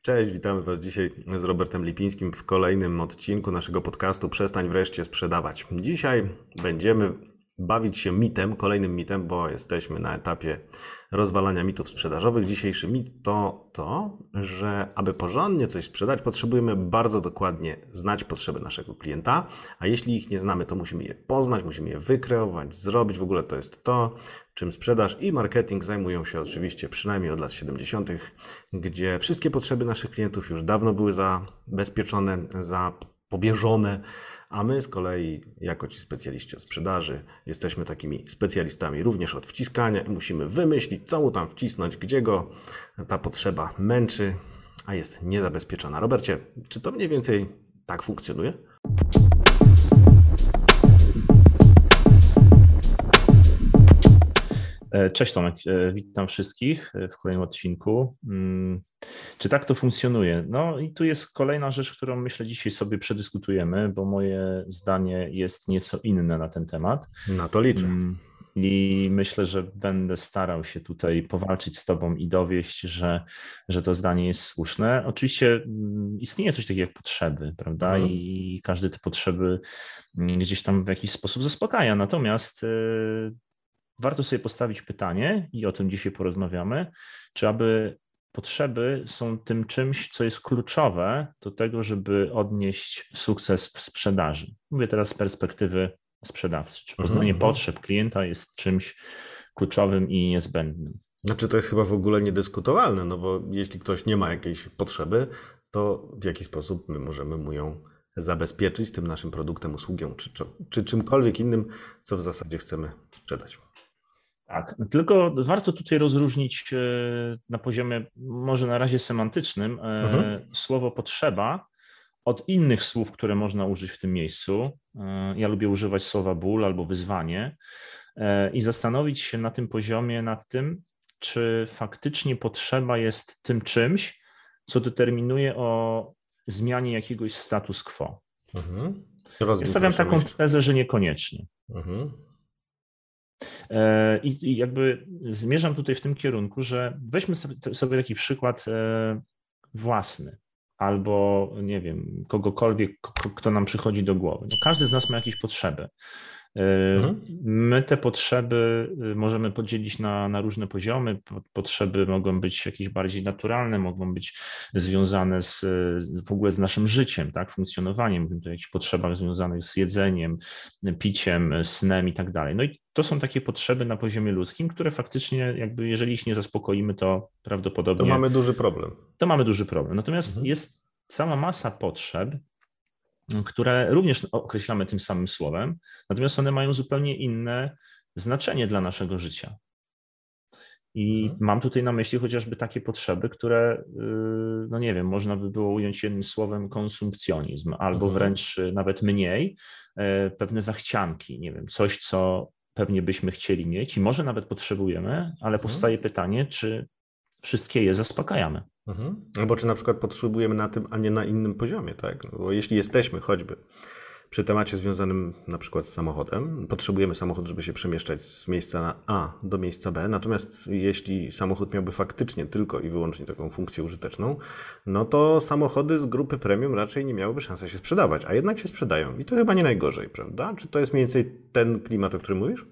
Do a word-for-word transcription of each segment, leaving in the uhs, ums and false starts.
Cześć, witamy Was dzisiaj z Robertem Lipińskim w kolejnym odcinku naszego podcastu Przestań wreszcie sprzedawać. Dzisiaj będziemy bawić się mitem, kolejnym mitem, bo jesteśmy na etapie rozwalania mitów sprzedażowych. Dzisiejszy mit to to, że aby porządnie coś sprzedać, potrzebujemy bardzo dokładnie znać potrzeby naszego klienta, a jeśli ich nie znamy, to musimy je poznać, musimy je wykreować, zrobić. W ogóle to jest to, czym sprzedaż i marketing zajmują się oczywiście przynajmniej od lat siedemdziesiątych, gdzie wszystkie potrzeby naszych klientów już dawno były zabezpieczone, zapobieżone, a my z kolei, jako ci specjaliści od sprzedaży, jesteśmy takimi specjalistami również od wciskania i musimy wymyślić, co mu tam wcisnąć, gdzie go ta potrzeba męczy, a jest niezabezpieczona. Robercie, czy to mniej więcej tak funkcjonuje? Cześć Tomek, witam wszystkich w kolejnym odcinku. Czy tak to funkcjonuje? No i tu jest kolejna rzecz, którą myślę dzisiaj sobie przedyskutujemy, bo moje zdanie jest nieco inne na ten temat. Na to liczę. I myślę, że będę starał się tutaj powalczyć z Tobą i dowieść, że, że to zdanie jest słuszne. Oczywiście istnieje coś takiego jak potrzeby, prawda? Mhm. I każdy te potrzeby gdzieś tam w jakiś sposób zaspokaja. Natomiast warto sobie postawić pytanie, i o tym dzisiaj porozmawiamy, czy aby potrzeby są tym czymś, co jest kluczowe do tego, żeby odnieść sukces w sprzedaży. Mówię teraz z perspektywy sprzedawcy. Czy poznanie mm-hmm. potrzeb klienta jest czymś kluczowym i niezbędnym? Znaczy to jest chyba w ogóle niedyskutowalne, no bo jeśli ktoś nie ma jakiejś potrzeby, to w jaki sposób my możemy mu ją zabezpieczyć tym naszym produktem, usługą, czy, czy, czy czymkolwiek innym, co w zasadzie chcemy sprzedać. Tak, tylko warto tutaj rozróżnić na poziomie może na razie semantycznym mhm. słowo potrzeba od innych słów, które można użyć w tym miejscu. Ja lubię używać słowa ból albo wyzwanie i zastanowić się na tym poziomie nad tym, czy faktycznie potrzeba jest tym czymś, co determinuje o zmianie jakiegoś status quo. Mhm. Ja stawiam taką myśl. tezę, że niekoniecznie. Mhm. I, I jakby zmierzam tutaj w tym kierunku, że weźmy sobie, sobie taki przykład własny albo nie wiem, kogokolwiek, kto nam przychodzi do głowy. No, każdy z nas ma jakieś potrzeby. Mhm. My te potrzeby możemy podzielić na, na różne poziomy. Potrzeby mogą być jakieś bardziej naturalne, mogą być związane z, w ogóle z naszym życiem, tak, funkcjonowaniem. Mówimy tu o jakichś potrzebach związanych z jedzeniem, piciem, snem i tak dalej. No i to są takie potrzeby na poziomie ludzkim, które faktycznie jakby jeżeli ich nie zaspokoimy, to prawdopodobnie... To mamy duży problem. To mamy duży problem. Natomiast mhm. jest cała masa potrzeb, które również określamy tym samym słowem, natomiast one mają zupełnie inne znaczenie dla naszego życia. I mhm. mam tutaj na myśli chociażby takie potrzeby, które, no nie wiem, można by było ująć jednym słowem konsumpcjonizm, albo mhm. wręcz nawet mniej, pewne zachcianki, nie wiem, coś, co pewnie byśmy chcieli mieć i może nawet potrzebujemy, ale mhm. powstaje pytanie, czy wszystkie je zaspokajamy. Mhm. Albo czy na przykład potrzebujemy na tym, a nie na innym poziomie, tak? No bo jeśli jesteśmy choćby przy temacie związanym na przykład z samochodem, potrzebujemy samochód, żeby się przemieszczać z miejsca A do miejsca B, natomiast jeśli samochód miałby faktycznie tylko i wyłącznie taką funkcję użyteczną, no to samochody z grupy premium raczej nie miałyby szansy się sprzedawać, a jednak się sprzedają i to chyba nie najgorzej, prawda? Czy to jest mniej więcej ten klimat, o którym mówisz?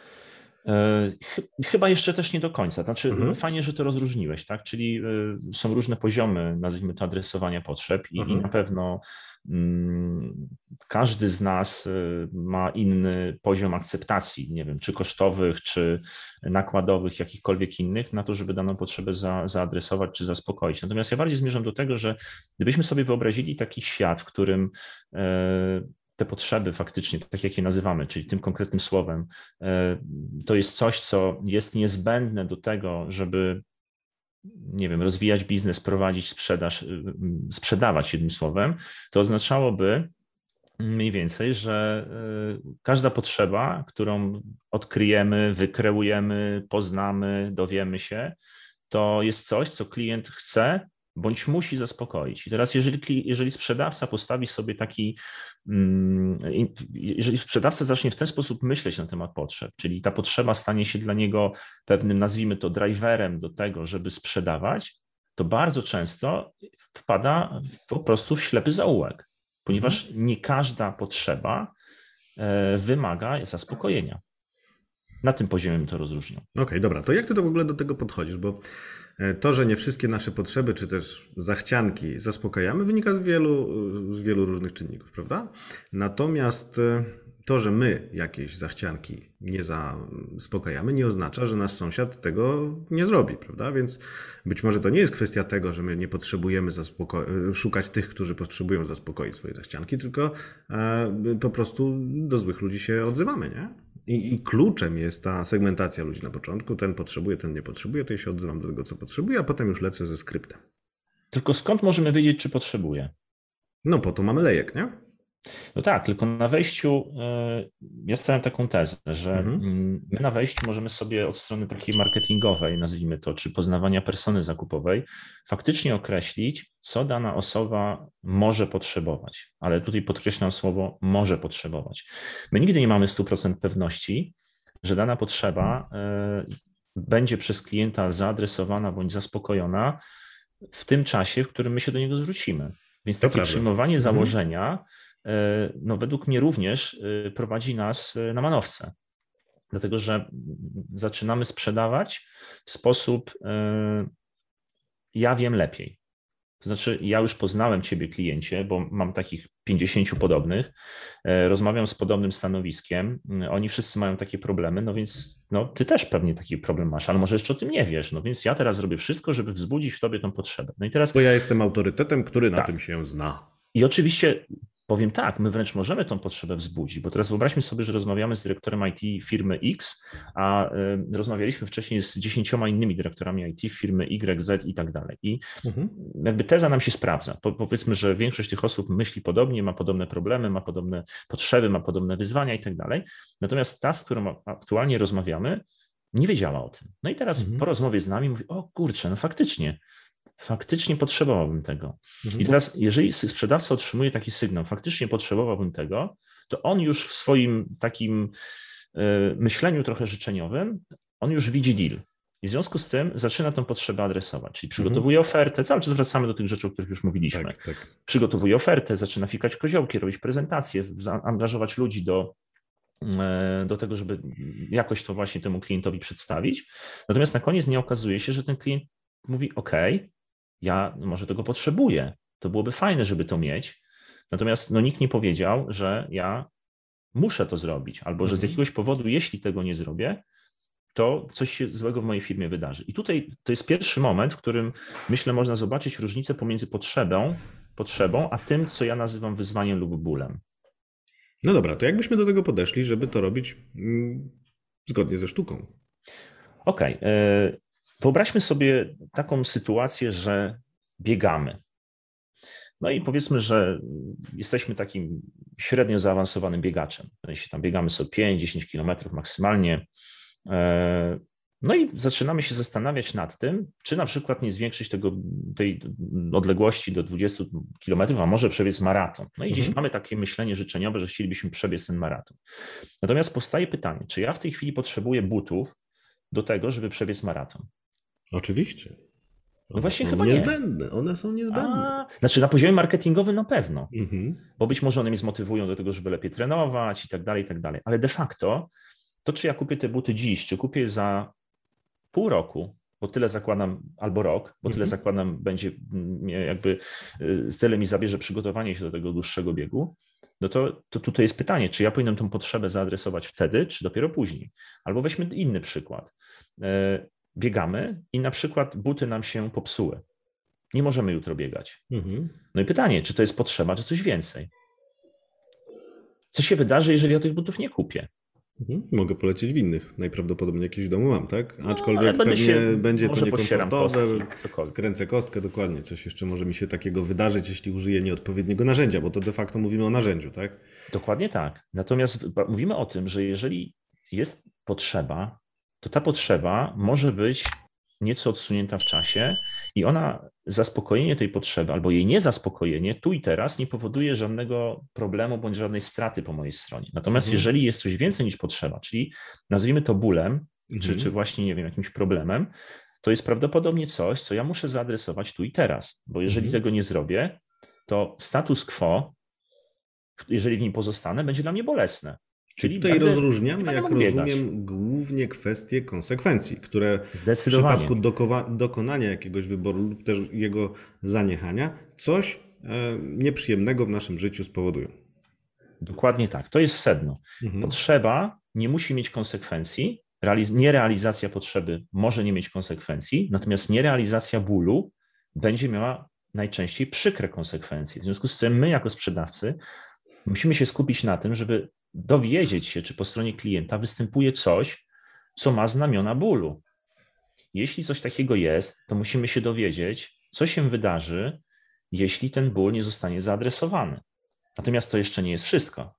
Chyba jeszcze też nie do końca. Znaczy, mhm. fajnie, że to rozróżniłeś, tak? Czyli są różne poziomy, nazwijmy to, adresowania potrzeb i, mhm. i na pewno mm, każdy z nas ma inny poziom akceptacji, nie wiem, czy kosztowych, czy nakładowych, jakichkolwiek innych, na to, żeby daną potrzebę za, zaadresować czy zaspokoić. Natomiast ja bardziej zmierzam do tego, że gdybyśmy sobie wyobrazili taki świat, w którym e, te potrzeby faktycznie, tak jak je nazywamy, czyli tym konkretnym słowem, to jest coś, co jest niezbędne do tego, żeby, nie wiem, rozwijać biznes, prowadzić sprzedaż, sprzedawać jednym słowem, to oznaczałoby mniej więcej, że każda potrzeba, którą odkryjemy, wykreujemy, poznamy, dowiemy się, to jest coś, co klient chce bądź musi zaspokoić. I teraz jeżeli, jeżeli sprzedawca postawi sobie taki, jeżeli sprzedawca zacznie w ten sposób myśleć na temat potrzeb, czyli ta potrzeba stanie się dla niego pewnym, nazwijmy to, driverem do tego, żeby sprzedawać, to bardzo często wpada po prostu w ślepy zaułek, ponieważ nie każda potrzeba wymaga zaspokojenia. Na tym poziomie bym to rozróżniał. Okej, okay, dobra. To jak ty to w ogóle do tego podchodzisz? Bo to, że nie wszystkie nasze potrzeby, czy też zachcianki zaspokajamy, wynika z wielu, z wielu różnych czynników, prawda? Natomiast to, że my jakieś zachcianki nie zaspokajamy, nie oznacza, że nasz sąsiad tego nie zrobi, prawda? Więc być może to nie jest kwestia tego, że my nie potrzebujemy zaspoko- szukać tych, którzy potrzebują zaspokoić swoje zachcianki, tylko e, po prostu do złych ludzi się odzywamy, nie? I, I kluczem jest ta segmentacja ludzi na początku. Ten potrzebuje, ten nie potrzebuje, to ja się odzywam do tego, co potrzebuje, a potem już lecę ze skryptem. Tylko skąd możemy wiedzieć, czy potrzebuje? No po to mamy lejek, nie? No tak, tylko na wejściu ja stawiam taką tezę, że mhm. my na wejściu możemy sobie od strony takiej marketingowej, nazwijmy to, czy poznawania persony zakupowej, faktycznie określić, co dana osoba może potrzebować. Ale tutaj podkreślam słowo może potrzebować. My nigdy nie mamy stu procent pewności, że dana potrzeba mhm. będzie przez klienta zaadresowana bądź zaspokojona w tym czasie, w którym my się do niego zwrócimy. Więc to takie prawda. Przyjmowanie mhm. założenia no według mnie również prowadzi nas na manowce, dlatego że zaczynamy sprzedawać w sposób ja wiem lepiej. To znaczy ja już poznałem ciebie, kliencie, bo mam takich pięćdziesięciu podobnych, rozmawiam z podobnym stanowiskiem, oni wszyscy mają takie problemy, no więc no, ty też pewnie taki problem masz, ale może jeszcze o tym nie wiesz, no więc ja teraz robię wszystko, żeby wzbudzić w tobie tą potrzebę. No i teraz... Bo ja jestem autorytetem, który na tak. tym się zna. I oczywiście powiem tak, my wręcz możemy tą potrzebę wzbudzić, bo teraz wyobraźmy sobie, że rozmawiamy z dyrektorem I T firmy X, a y, rozmawialiśmy wcześniej z dziesięcioma innymi dyrektorami I T firmy Y, Z i tak dalej. I mhm. jakby teza nam się sprawdza. Po, powiedzmy, że większość tych osób myśli podobnie, ma podobne problemy, ma podobne potrzeby, ma podobne wyzwania i tak dalej. Natomiast ta, z którą aktualnie rozmawiamy, nie wiedziała o tym. No i teraz mhm. po rozmowie z nami mówi, o kurczę, no faktycznie, Faktycznie potrzebowałbym tego. Mhm. I teraz, jeżeli sprzedawca otrzymuje taki sygnał, faktycznie potrzebowałbym tego, to on już w swoim takim y, myśleniu trochę życzeniowym, on już widzi deal. I w związku z tym zaczyna tę potrzebę adresować, czyli przygotowuje mhm. ofertę, cały czas wracamy do tych rzeczy, o których już mówiliśmy. Tak, tak. Przygotowuje ofertę, zaczyna fikać koziołki, robić prezentacje, zaangażować ludzi do, y, do tego, żeby jakoś to właśnie temu klientowi przedstawić. Natomiast na koniec dnia okazuje się, że ten klient mówi, OK, ja może tego potrzebuję, to byłoby fajne, żeby to mieć, natomiast no, nikt nie powiedział, że ja muszę to zrobić, albo że z jakiegoś powodu, jeśli tego nie zrobię, to coś się złego w mojej firmie wydarzy. I tutaj to jest pierwszy moment, w którym myślę, można zobaczyć różnicę pomiędzy potrzebą, potrzebą, a tym, co ja nazywam wyzwaniem lub bólem. No dobra, to jakbyśmy do tego podeszli, żeby to robić mm, zgodnie ze sztuką? Okej. Okay. Wyobraźmy sobie taką sytuację, że biegamy. No i powiedzmy, że jesteśmy takim średnio zaawansowanym biegaczem. Jeśli tam biegamy sobie pięć do dziesięciu kilometrów maksymalnie. No i zaczynamy się zastanawiać nad tym, czy na przykład nie zwiększyć tego, tej odległości do dwudziestu kilometrów, a może przebiec maraton. No i mhm. gdzieś mamy takie myślenie życzeniowe, że chcielibyśmy przebiec ten maraton. Natomiast powstaje pytanie, czy ja w tej chwili potrzebuję butów do tego, żeby przebiec maraton? Oczywiście. One no właśnie są chyba niezbędne. nie. One są niezbędne. A, znaczy na poziomie marketingowym na pewno, mhm. bo być może one mnie zmotywują do tego, żeby lepiej trenować i tak dalej, i tak dalej. Ale de facto to, czy ja kupię te buty dziś, czy kupię za pół roku, bo tyle zakładam, albo rok, bo tyle mhm. zakładam będzie jakby, tyle mi zabierze przygotowanie się do tego dłuższego biegu, no to, to tutaj jest pytanie, czy ja powinienem tą potrzebę zaadresować wtedy, czy dopiero później. Albo weźmy inny przykład. Biegamy i na przykład buty nam się popsuły. Nie możemy jutro biegać. Mhm. No i pytanie, czy to jest potrzeba, czy coś więcej? Co się wydarzy, jeżeli ja tych butów nie kupię? Mhm. Mogę polecieć w innych. Najprawdopodobniej jakieś w domu mam, tak? Aczkolwiek no, pewnie się, będzie to niekomfortowe. Kostki, skręcę kostkę, dokładnie. Coś jeszcze może mi się takiego wydarzyć, jeśli użyję nieodpowiedniego narzędzia, bo to de facto mówimy o narzędziu, tak? Dokładnie tak. Natomiast mówimy o tym, że jeżeli jest potrzeba, to ta potrzeba może być nieco odsunięta w czasie i ona, zaspokojenie tej potrzeby albo jej niezaspokojenie tu i teraz nie powoduje żadnego problemu bądź żadnej straty po mojej stronie. Natomiast mhm. jeżeli jest coś więcej niż potrzeba, czyli nazwijmy to bólem, mhm. czy, czy właśnie, nie wiem, jakimś problemem, to jest prawdopodobnie coś, co ja muszę zaadresować tu i teraz, bo jeżeli mhm. tego nie zrobię, to status quo, jeżeli w nim pozostanę, będzie dla mnie bolesne. Czyli tutaj będę, rozróżniamy, jak rozumiem, głównie kwestie konsekwencji, które w przypadku dokowa- dokonania jakiegoś wyboru lub też jego zaniechania coś e, nieprzyjemnego w naszym życiu spowodują. Dokładnie tak. To jest sedno. Mhm. Potrzeba nie musi mieć konsekwencji. Realiz- nierealizacja potrzeby może nie mieć konsekwencji, natomiast nierealizacja bólu będzie miała najczęściej przykre konsekwencje. W związku z tym my jako sprzedawcy musimy się skupić na tym, żeby dowiedzieć się, czy po stronie klienta występuje coś, co ma znamiona bólu. Jeśli coś takiego jest, to musimy się dowiedzieć, co się wydarzy, jeśli ten ból nie zostanie zaadresowany. Natomiast to jeszcze nie jest wszystko.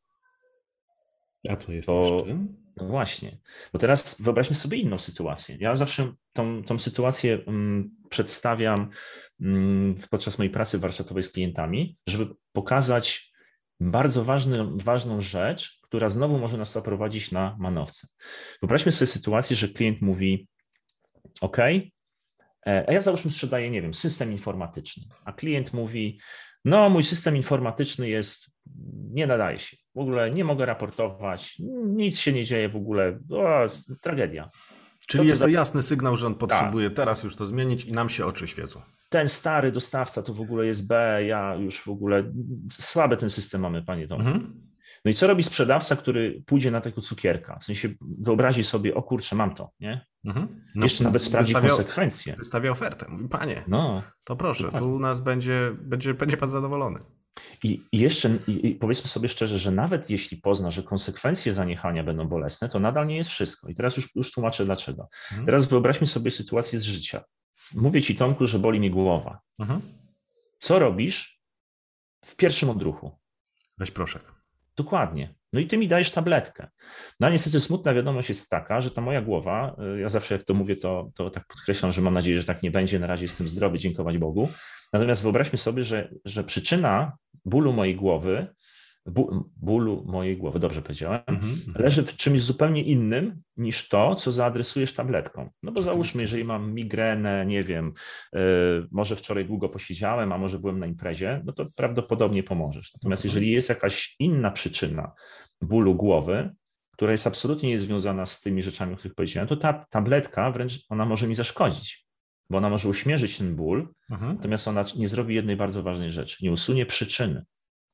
A co jest to, jeszcze? No właśnie. Bo teraz wyobraźmy sobie inną sytuację. Ja zawsze tą, tą sytuację um, przedstawiam um, podczas mojej pracy warsztatowej z klientami, żeby pokazać bardzo ważny, ważną rzecz, która znowu może nas zaprowadzić na manowce. Wyobraźmy sobie sytuację, że klient mówi: OK, a ja załóżmy sprzedaję, nie wiem, system informatyczny, a klient mówi: no mój system informatyczny jest, nie nadaje się, w ogóle nie mogę raportować, nic się nie dzieje w ogóle, o, tragedia. Czyli to jest to za... jasny sygnał, że on potrzebuje tak. teraz już to zmienić i nam się oczy świecą. Ten stary dostawca to w ogóle jest B, ja już w ogóle, słaby ten system mamy, panie Tomku. Mhm. No i co robi sprzedawca, który pójdzie na tego cukierka? W sensie wyobrazi sobie: o kurczę, mam to, nie? Mhm. No, jeszcze nawet sprawdzi wystawia, konsekwencje. Wystawia ofertę. Mówi: panie, no, to proszę, dokładnie. Tu u nas będzie, będzie, będzie pan zadowolony. I, i jeszcze i, i powiedzmy sobie szczerze, że nawet jeśli pozna, że konsekwencje zaniechania będą bolesne, to nadal nie jest wszystko. I teraz już, już tłumaczę dlaczego. Mhm. Teraz wyobraźmy sobie sytuację z życia. Mówię ci, Tomku, że boli mnie głowa. Mhm. Co robisz w pierwszym odruchu? Weź proszek. Dokładnie. No i ty mi dajesz tabletkę. No a niestety smutna wiadomość jest taka, że ta moja głowa, ja zawsze jak to mówię, to, to tak podkreślam, że mam nadzieję, że tak nie będzie. Na razie jestem zdrowy, dziękować Bogu. Natomiast wyobraźmy sobie, że, że przyczyna bólu mojej głowy, ból, bólu mojej głowy, dobrze powiedziałem, mm-hmm. leży w czymś zupełnie innym niż to, co zaadresujesz tabletką. No bo załóżmy, jeżeli mam migrenę, nie wiem, yy, może wczoraj długo posiedziałem, a może byłem na imprezie, no to prawdopodobnie pomożesz. Natomiast mm-hmm. jeżeli jest jakaś inna przyczyna bólu głowy, która jest absolutnie niezwiązana z tymi rzeczami, o których powiedziałem, to ta tabletka wręcz ona może mi zaszkodzić, bo ona może uśmierzyć ten ból, mhm. natomiast ona nie zrobi jednej bardzo ważnej rzeczy, nie usunie przyczyny.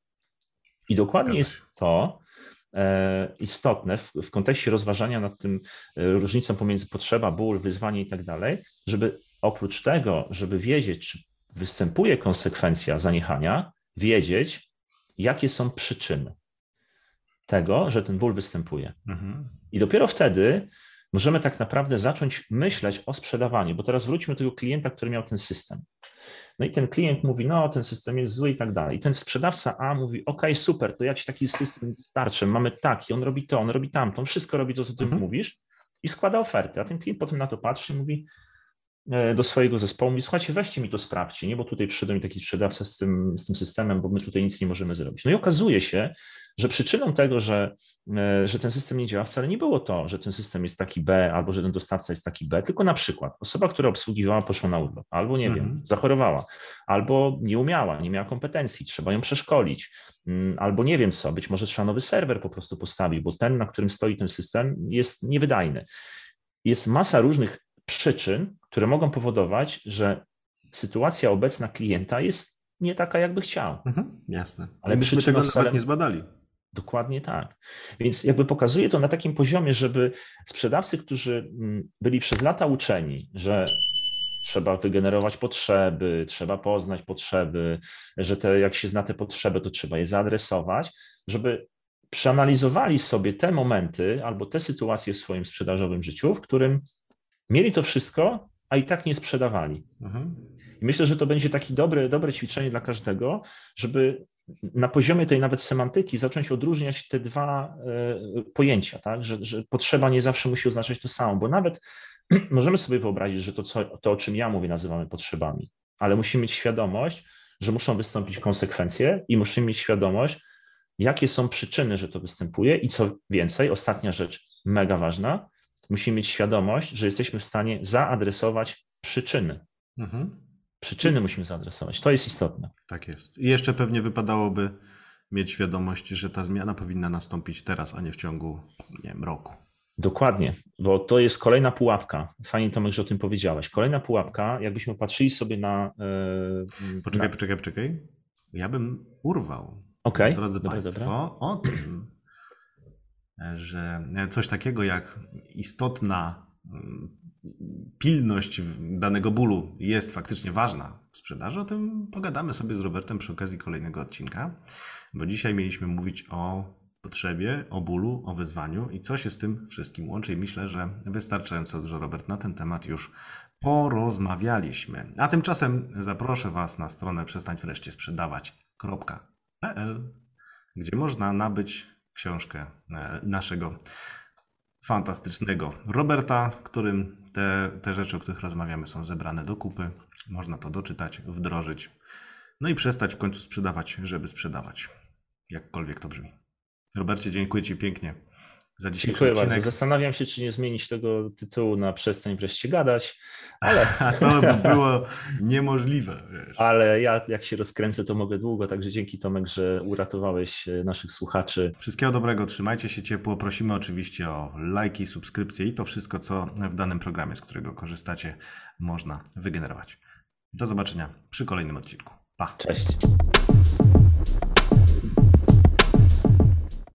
I dokładnie jest to e, istotne w, w kontekście rozważania nad tym e, różnicą pomiędzy potrzeba, ból, wyzwanie i tak dalej, żeby oprócz tego, żeby wiedzieć, czy występuje konsekwencja zaniechania, wiedzieć, jakie są przyczyny tego, że ten ból występuje. Mhm. I dopiero wtedy możemy tak naprawdę zacząć myśleć o sprzedawaniu, bo teraz wróćmy do tego klienta, który miał ten system. No i ten klient mówi: no ten system jest zły i tak dalej. I ten sprzedawca A mówi: ok, super, to ja ci taki system starczę, mamy taki, on robi to, on robi tamto, on wszystko robi to, co ty mhm. mówisz i składa ofertę. A ten klient potem na to patrzy i mówi do swojego zespołu, mówi: słuchajcie, weźcie mi to, sprawdźcie, nie? Bo tutaj przyszedł mi taki sprzedawca z tym, z tym systemem, bo my tutaj nic nie możemy zrobić. No i okazuje się, że przyczyną tego, że, że ten system nie działa, wcale nie było to, że ten system jest taki B, albo że ten dostawca jest taki B, tylko na przykład osoba, która obsługiwała, poszła na urlop, albo nie mhm. wiem, zachorowała, albo nie umiała, nie miała kompetencji, trzeba ją przeszkolić, albo nie wiem co, być może trzeba nowy serwer po prostu postawić, bo ten, na którym stoi ten system, jest niewydajny. Jest masa różnych przyczyn, które mogą powodować, że sytuacja obecna klienta jest nie taka, jakby chciał. Mhm, jasne. Ale myśmy tego wcale... nawet nie zbadali. Dokładnie tak. Więc jakby pokazuje to na takim poziomie, żeby sprzedawcy, którzy byli przez lata uczeni, że trzeba wygenerować potrzeby, trzeba poznać potrzeby, że te, jak się zna te potrzeby, to trzeba je zaadresować, żeby przeanalizowali sobie te momenty albo te sytuacje w swoim sprzedażowym życiu, w którym mieli to wszystko, a i tak nie sprzedawali. Mhm. I myślę, że to będzie takie dobre, dobre ćwiczenie dla każdego, żeby na poziomie tej nawet semantyki zacząć odróżniać te dwa y, pojęcia, tak? Że, że potrzeba nie zawsze musi oznaczać to samo, bo nawet możemy sobie wyobrazić, że to, co, to, o czym ja mówię, nazywamy potrzebami, ale musimy mieć świadomość, że muszą wystąpić konsekwencje i musimy mieć świadomość, jakie są przyczyny, że to występuje i co więcej, ostatnia rzecz mega ważna, musimy mieć świadomość, że jesteśmy w stanie zaadresować przyczyny. Mhm. Przyczyny musimy zaadresować. To jest istotne. Tak jest. I jeszcze pewnie wypadałoby mieć świadomość, że ta zmiana powinna nastąpić teraz, a nie w ciągu, nie wiem, roku. Dokładnie, bo to jest kolejna pułapka. Fajnie, Tomek, że o tym powiedziałeś. Kolejna pułapka, jakbyśmy patrzyli sobie na... Yy, poczekaj, na... poczekaj, poczekaj. Ja bym urwał, okay, drodzy dobra, Państwo, dobra. o tym, że coś takiego jak istotna pilność danego bólu jest faktycznie ważna w sprzedaży. O tym pogadamy sobie z Robertem przy okazji kolejnego odcinka, bo dzisiaj mieliśmy mówić o potrzebie, o bólu, o wyzwaniu i co się z tym wszystkim łączy. I myślę, że wystarczająco dużo, Robert, na ten temat już porozmawialiśmy. A tymczasem zaproszę Was na stronę przestań wreszcie sprzedawać kropka p l, gdzie można nabyć książkę naszego fantastycznego Roberta, w którym te, te rzeczy, o których rozmawiamy, są zebrane do kupy. Można to doczytać, wdrożyć, no i przestać w końcu sprzedawać, żeby sprzedawać. Jakkolwiek to brzmi. Robercie, dziękuję Ci pięknie za dzisiejszy Dziękuję odcinek. bardzo. Zastanawiam się, czy nie zmienić tego tytułu na Przestań wreszcie gadać, ale... to by było niemożliwe. Wiesz. Ale ja jak się rozkręcę, to mogę długo, także dzięki Tomek, że uratowałeś naszych słuchaczy. Wszystkiego dobrego, trzymajcie się ciepło. Prosimy oczywiście o lajki, subskrypcje i to wszystko, co w danym programie, z którego korzystacie, można wygenerować. Do zobaczenia przy kolejnym odcinku. Pa! Cześć!